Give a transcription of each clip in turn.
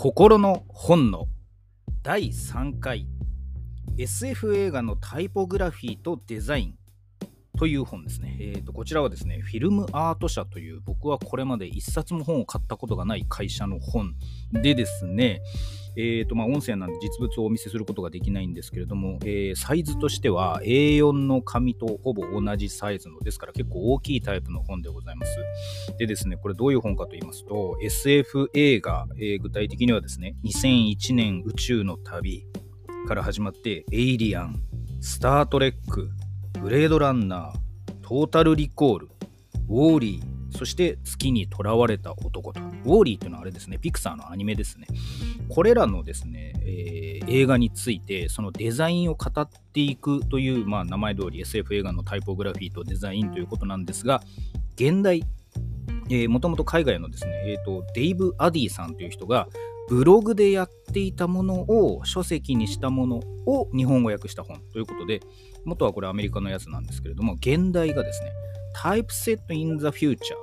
心の本能第3回 SF 映画のタイポグラフィーとデザインという本ですね。こちらはですね、フィルムアート社という僕はこれまで一冊も本を買ったことがない会社の本でですね、音声なんで実物をお見せすることができないんですけれども、サイズとしては A4 の紙とほぼ同じサイズのですから結構大きいタイプの本でございます。でですね、これどういう本かと言いますと SF 映画、具体的にはですね2001年宇宙の旅から始まってエイリアン、スタートレック、ブレードランナー、トータルリコール、ウォーリー、そして月に囚われた男と。ウォーリーっていうのはあれですね、ピクサーのアニメですね。これらのですね、映画についてそのデザインを語っていくという、名前通り SF 映画のタイポグラフィーとデザインということなんですが、現代もともと海外のですね、デイブ・アディさんという人がブログでやっていたものを書籍にしたものを日本語訳した本ということで、元はこれアメリカのやつなんですけれども、現代がですね、Typeset in the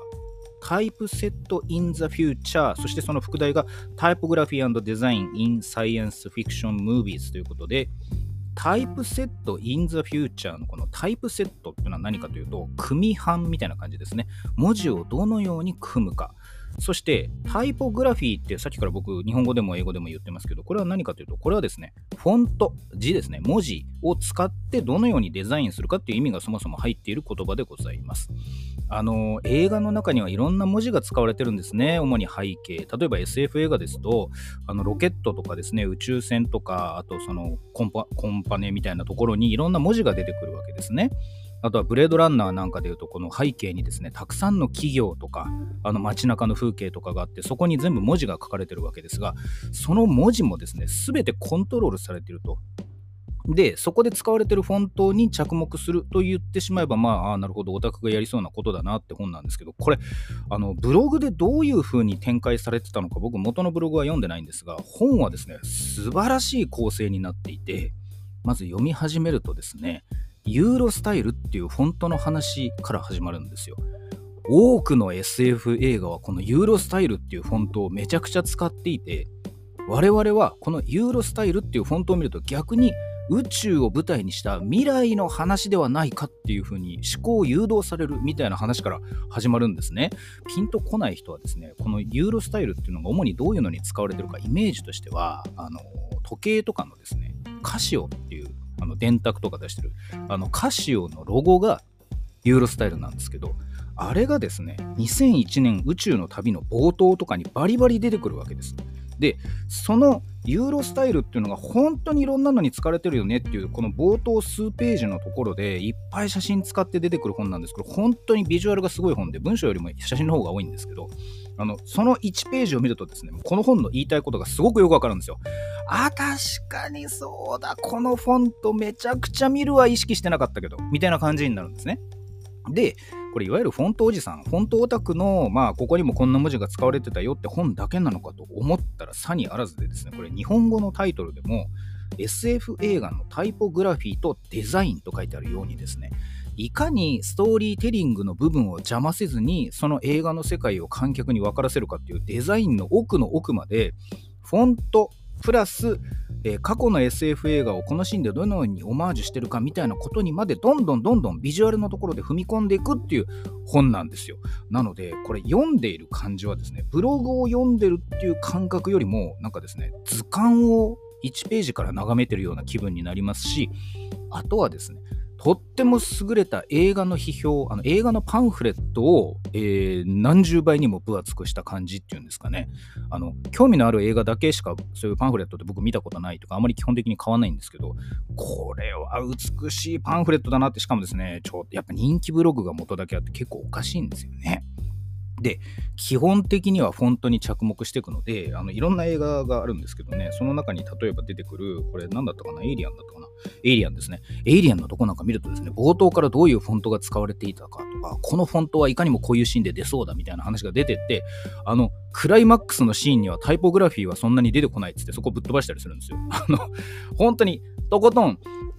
Future、Typeset in the Future、そしてその副題が Typography and Design in Science Fiction Movies ということで、Typeset in the Future のこのタイプセットっていうのは何かというと、組版みたいな感じですね。文字をどのように組むか。そしてタイポグラフィーってさっきから僕日本語でも英語でも言ってますけど、これは何かというと、これはですねフォント、字ですね、文字を使ってどのようにデザインするかっていう意味がそもそも入っている言葉でございます。映画の中にはいろんな文字が使われてるんですね。主に背景、例えば SF 映画ですとロケットとかですね、宇宙船とか、あとそのコンパネみたいなところにいろんな文字が出てくるわけですね。あとはブレードランナーなんかでいうと、この背景にですねたくさんの企業とか街中の風景とかがあって、そこに全部文字が書かれてるわけですが、その文字もですね全てコントロールされていると。でそこで使われているフォントに着目すると言ってしまえば、なるほど、オタクがやりそうなことだなって本なんですけど、これブログでどういう風に展開されてたのか僕元のブログは読んでないんですが、本はですね素晴らしい構成になっていて、まず読み始めるとですね、ユーロスタイルっていうフォントの話から始まるんですよ。多くの SF 映画はこのユーロスタイルっていうフォントをめちゃくちゃ使っていて、我々はこのユーロスタイルっていうフォントを見ると逆に宇宙を舞台にした未来の話ではないかっていう風に思考を誘導されるみたいな話から始まるんですね。ピンとこない人はですね、このユーロスタイルっていうのが主にどういうのに使われてるかイメージとしては、時計とかのですね、カシオっていう電卓とか出してるカシオのロゴがユーロスタイルなんですけど、あれがですね2001年宇宙の旅の冒頭とかにバリバリ出てくるわけです。でそのユーロスタイルっていうのが本当にいろんなのに使われてるよねっていう、この冒頭数ページのところでいっぱい写真使って出てくる本なんですけど、本当にビジュアルがすごい本で、文章よりも写真の方が多いんですけど、その1ページを見るとですね、この本の言いたいことがすごくよくわかるんですよ。確かにそうだ、このフォントめちゃくちゃ見るは意識してなかったけどみたいな感じになるんですね。でこれいわゆるフォントおじさん、フォントオタクのここにもこんな文字が使われてたよって本だけなのかと思ったらさにあらずでですね、これ日本語のタイトルでも SF 映画のタイポグラフィーとデザインと書いてあるようにですね、いかにストーリーテリングの部分を邪魔せずにその映画の世界を観客に分からせるかっていうデザインの奥の奥までフォントプラス過去の SF 映画をこのシーンでどのようにオマージュしてるかみたいなことにまでどんどんビジュアルのところで踏み込んでいくっていう本なんですよ。なのでこれ読んでいる感じはですね、ブログを読んでるっていう感覚よりもなんかですね、図鑑を1ページから眺めてるような気分になりますし、あとはですね、とっても優れた映画の批評、映画のパンフレットを、何十倍にも分厚くした感じっていうんですかね。興味のある映画だけしかそういうパンフレットって僕見たことないとか、あまり基本的に買わないんですけど、これは美しいパンフレットだなって。しかもですね、やっぱ人気ブログが元だけあって結構おかしいんですよね。で基本的にはフォントに着目していくので、いろんな映画があるんですけどね、その中に例えば出てくる、これ何だったかな、エイリアンだったかな、エイリアンですね。エイリアンのとこなんか見るとですね、冒頭からどういうフォントが使われていたかとか、このフォントはいかにもこういうシーンで出そうだみたいな話が出てって、クライマックスのシーンにはタイポグラフィーはそんなに出てこないっつってそこぶっ飛ばしたりするんですよ。本当にとことん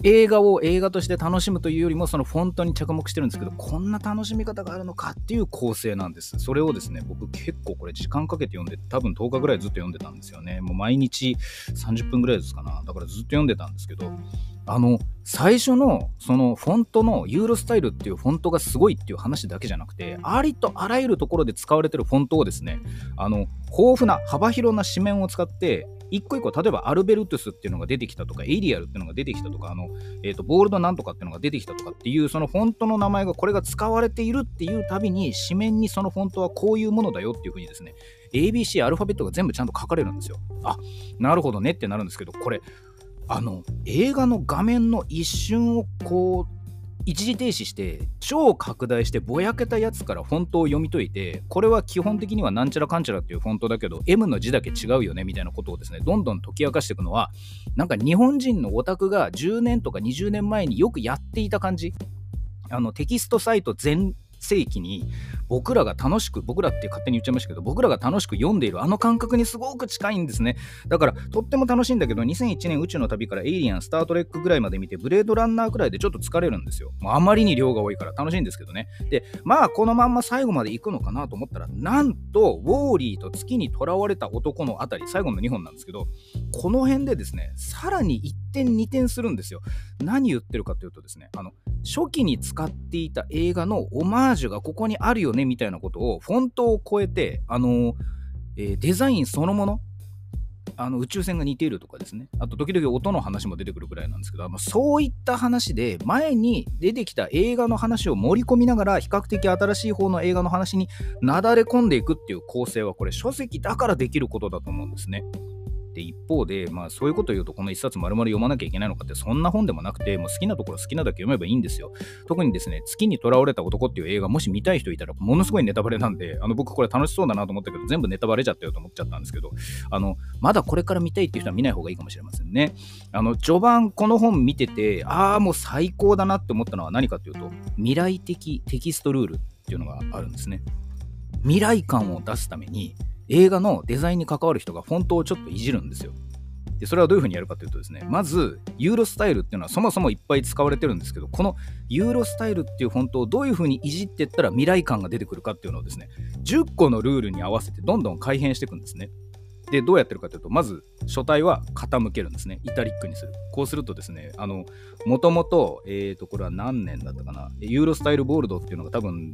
映画を映画として楽しむというよりもそのフォントに着目してるんですけど、こんな楽しみ方があるのかっていう構成なんです。それをですね、僕結構これ時間かけて読んで、多分10日ぐらいずっと読んでたんですよね。もう毎日30分ぐらいですかな。だからずっと読んでたんですけど、最初のそのフォントのユーロスタイルっていうフォントがすごいっていう話だけじゃなくて、ありとあらゆるところで使われてるフォントをですね、豊富な幅広な紙面を使って一個一個、例えばアルベルトゥスっていうのが出てきたとか、エリアルっていうのが出てきたとか、ボールドなんとかっていうのが出てきたとかっていう、そのフォントの名前がこれが使われているっていうたびに、紙面にそのフォントはこういうものだよっていうふうにですね、ABC アルファベットが全部ちゃんと書かれるんですよ。あ、なるほどねってなるんですけど、これ映画の画面の一瞬をこう一時停止して超拡大してぼやけたやつからフォントを読み解いて、これは基本的にはなんちゃらかんちゃらっていうフォントだけど M の字だけ違うよねみたいなことをですね、どんどん解き明かしていくのは、なんか日本人のオタクが10年とか20年前によくやっていた感じ。テキストサイト全盛期に僕らって勝手に言っちゃいましたけど、僕らが楽しく読んでいるあの感覚にすごく近いんですね。だからとっても楽しいんだけど、2001年宇宙の旅からエイリアン、スタートレックぐらいまで見て、ブレードランナーくらいでちょっと疲れるんですよ。もうあまりに量が多いから楽しいんですけどね。で、まあこのまんま最後まで行くのかなと思ったら、なんとウォーリーと月に囚われた男のあたり、最後の2本なんですけど、この辺でですね、さらに1点2点するんですよ。何言ってるかというとですね、初期に使っていた映画のオマージュがここにあるよねみたいなことをフォントを超えて、デザインそのもの、宇宙船が似ているとかですね、あと時々音の話も出てくるくらいなんですけど、そういった話で前に出てきた映画の話を盛り込みながら、比較的新しい方の映画の話になだれ込んでいくっていう構成は、これ書籍だからできることだと思うんですね。で、一方で、そういうことを言うと、この一冊丸々読まなきゃいけないのかって、そんな本でもなくて、もう好きなところ好きなだけ読めばいいんですよ。特にですね、月に囚われた男っていう映画、もし見たい人いたら、ものすごいネタバレなんで、僕これ楽しそうだなと思ったけど、全部ネタバレちゃったよと思っちゃったんですけど、まだこれから見たいっていう人は見ない方がいいかもしれませんね。序盤この本見てて、もう最高だなって思ったのは何かというと、未来的テキストルールっていうのがあるんですね。未来感を出すために、映画のデザインに関わる人がフォントをちょっといじるんですよ。で、それはどういう風にやるかというとですね、まずユーロスタイルっていうのはそもそもいっぱい使われてるんですけど、このユーロスタイルっていうフォントをどういう風にいじっていったら未来感が出てくるかっていうのをですね、10個のルールに合わせてどんどん改変していくんですね。で、どうやってるかというと、まず書体は傾けるんですね。イタリックにする。こうするとですね、もともと、これは何年だったかな、ユーロスタイルボールドっていうのが多分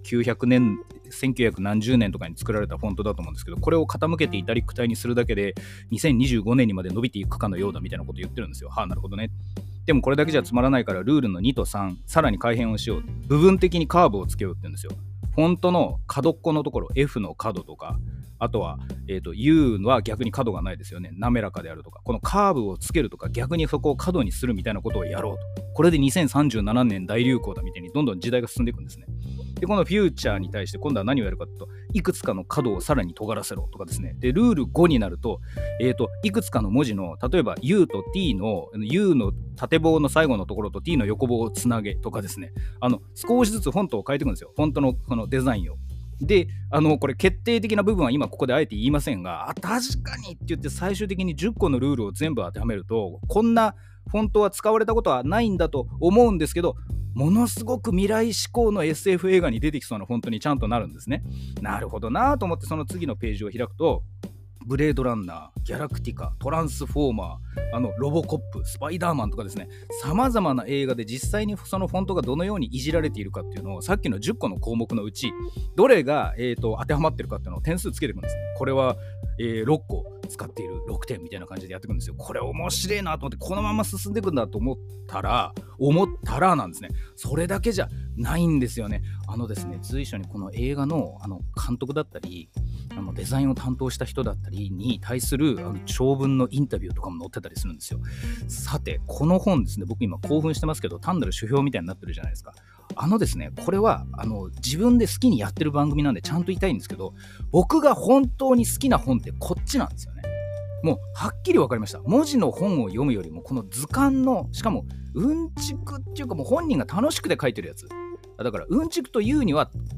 1900何十年とかに作られたフォントだと思うんですけど、これを傾けてイタリック体にするだけで2025年にまで伸びていくかのようだみたいなことを言ってるんですよ。なるほどね。でもこれだけじゃつまらないからルールの2と3、さらに改変をしよう。部分的にカーブをつけようって言うんですよ。フォントの角っこのところ、F の角とか、あとは、U は逆に角がないですよね。滑らかであるとか、このカーブをつけるとか、逆にそこを角にするみたいなことをやろうと。これで2037年大流行だみたいにどんどん時代が進んでいくんですね。で、このフューチャーに対して今度は何をやるかというと、いくつかの角をさらに尖らせろとかですね。で、ルール5になると、いくつかの文字の、例えば U と T の U の縦棒の最後のところと T の横棒をつなげとかですね。少しずつフォントを変えていくんですよ。フォントのこのデザインを。で、これ決定的な部分は今ここであえて言いませんが、確かにって言って最終的に10個のルールを全部当てはめると、こんなフォントは使われたことはないんだと思うんですけど、ものすごく未来志向の SF 映画に出てきそうなフォントにちゃんとなるんですね。なるほどなと思って、その次のページを開くと、ブレードランナー、ギャラクティカ、トランスフォーマー、ロボコップ、スパイダーマンとかですね、様々な映画で実際にそのフォントがどのようにいじられているかっていうのを、さっきの10個の項目のうちどれが、当てはまってるかっていうのを点数つけていくんですね。これは、6個使っている6点みたいな感じでやっていくんですよ。これ面白いなと思って、このまま進んでいくんだと思ったらなんですね。それだけじゃないんですよね。ですね、随所にこの映画の監督だったり、デザインを担当した人だったりに対する長文のインタビューとかも載ってたりするんですよ。さて、この本ですね、僕今興奮してますけど、単なる書評みたいになってるじゃないですか。ですね、これは自分で好きにやってる番組なんでちゃんと言いたいんですけど、僕が本当に好きな本ってこっちなんですよね。もうはっきり分かりました。文字の本を読むよりもこの図鑑の、しかもうんちくっていうか、もう本人が楽しくて書いてるやつだから、うんちくというには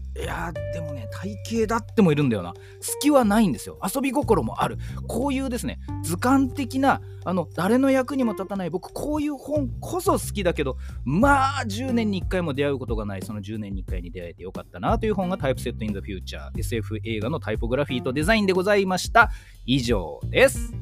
いやでもね、体型だってもいるんだよな。隙はないんですよ。遊び心もある。こういうですね、図鑑的な誰の役にも立たない、僕こういう本こそ好きだけど、まあ10年に1回も出会うことがない、その10年に1回に出会えてよかったなという本がタイプセットインザフューチャー SF 映画のタイポグラフィーとデザインでございました。以上です。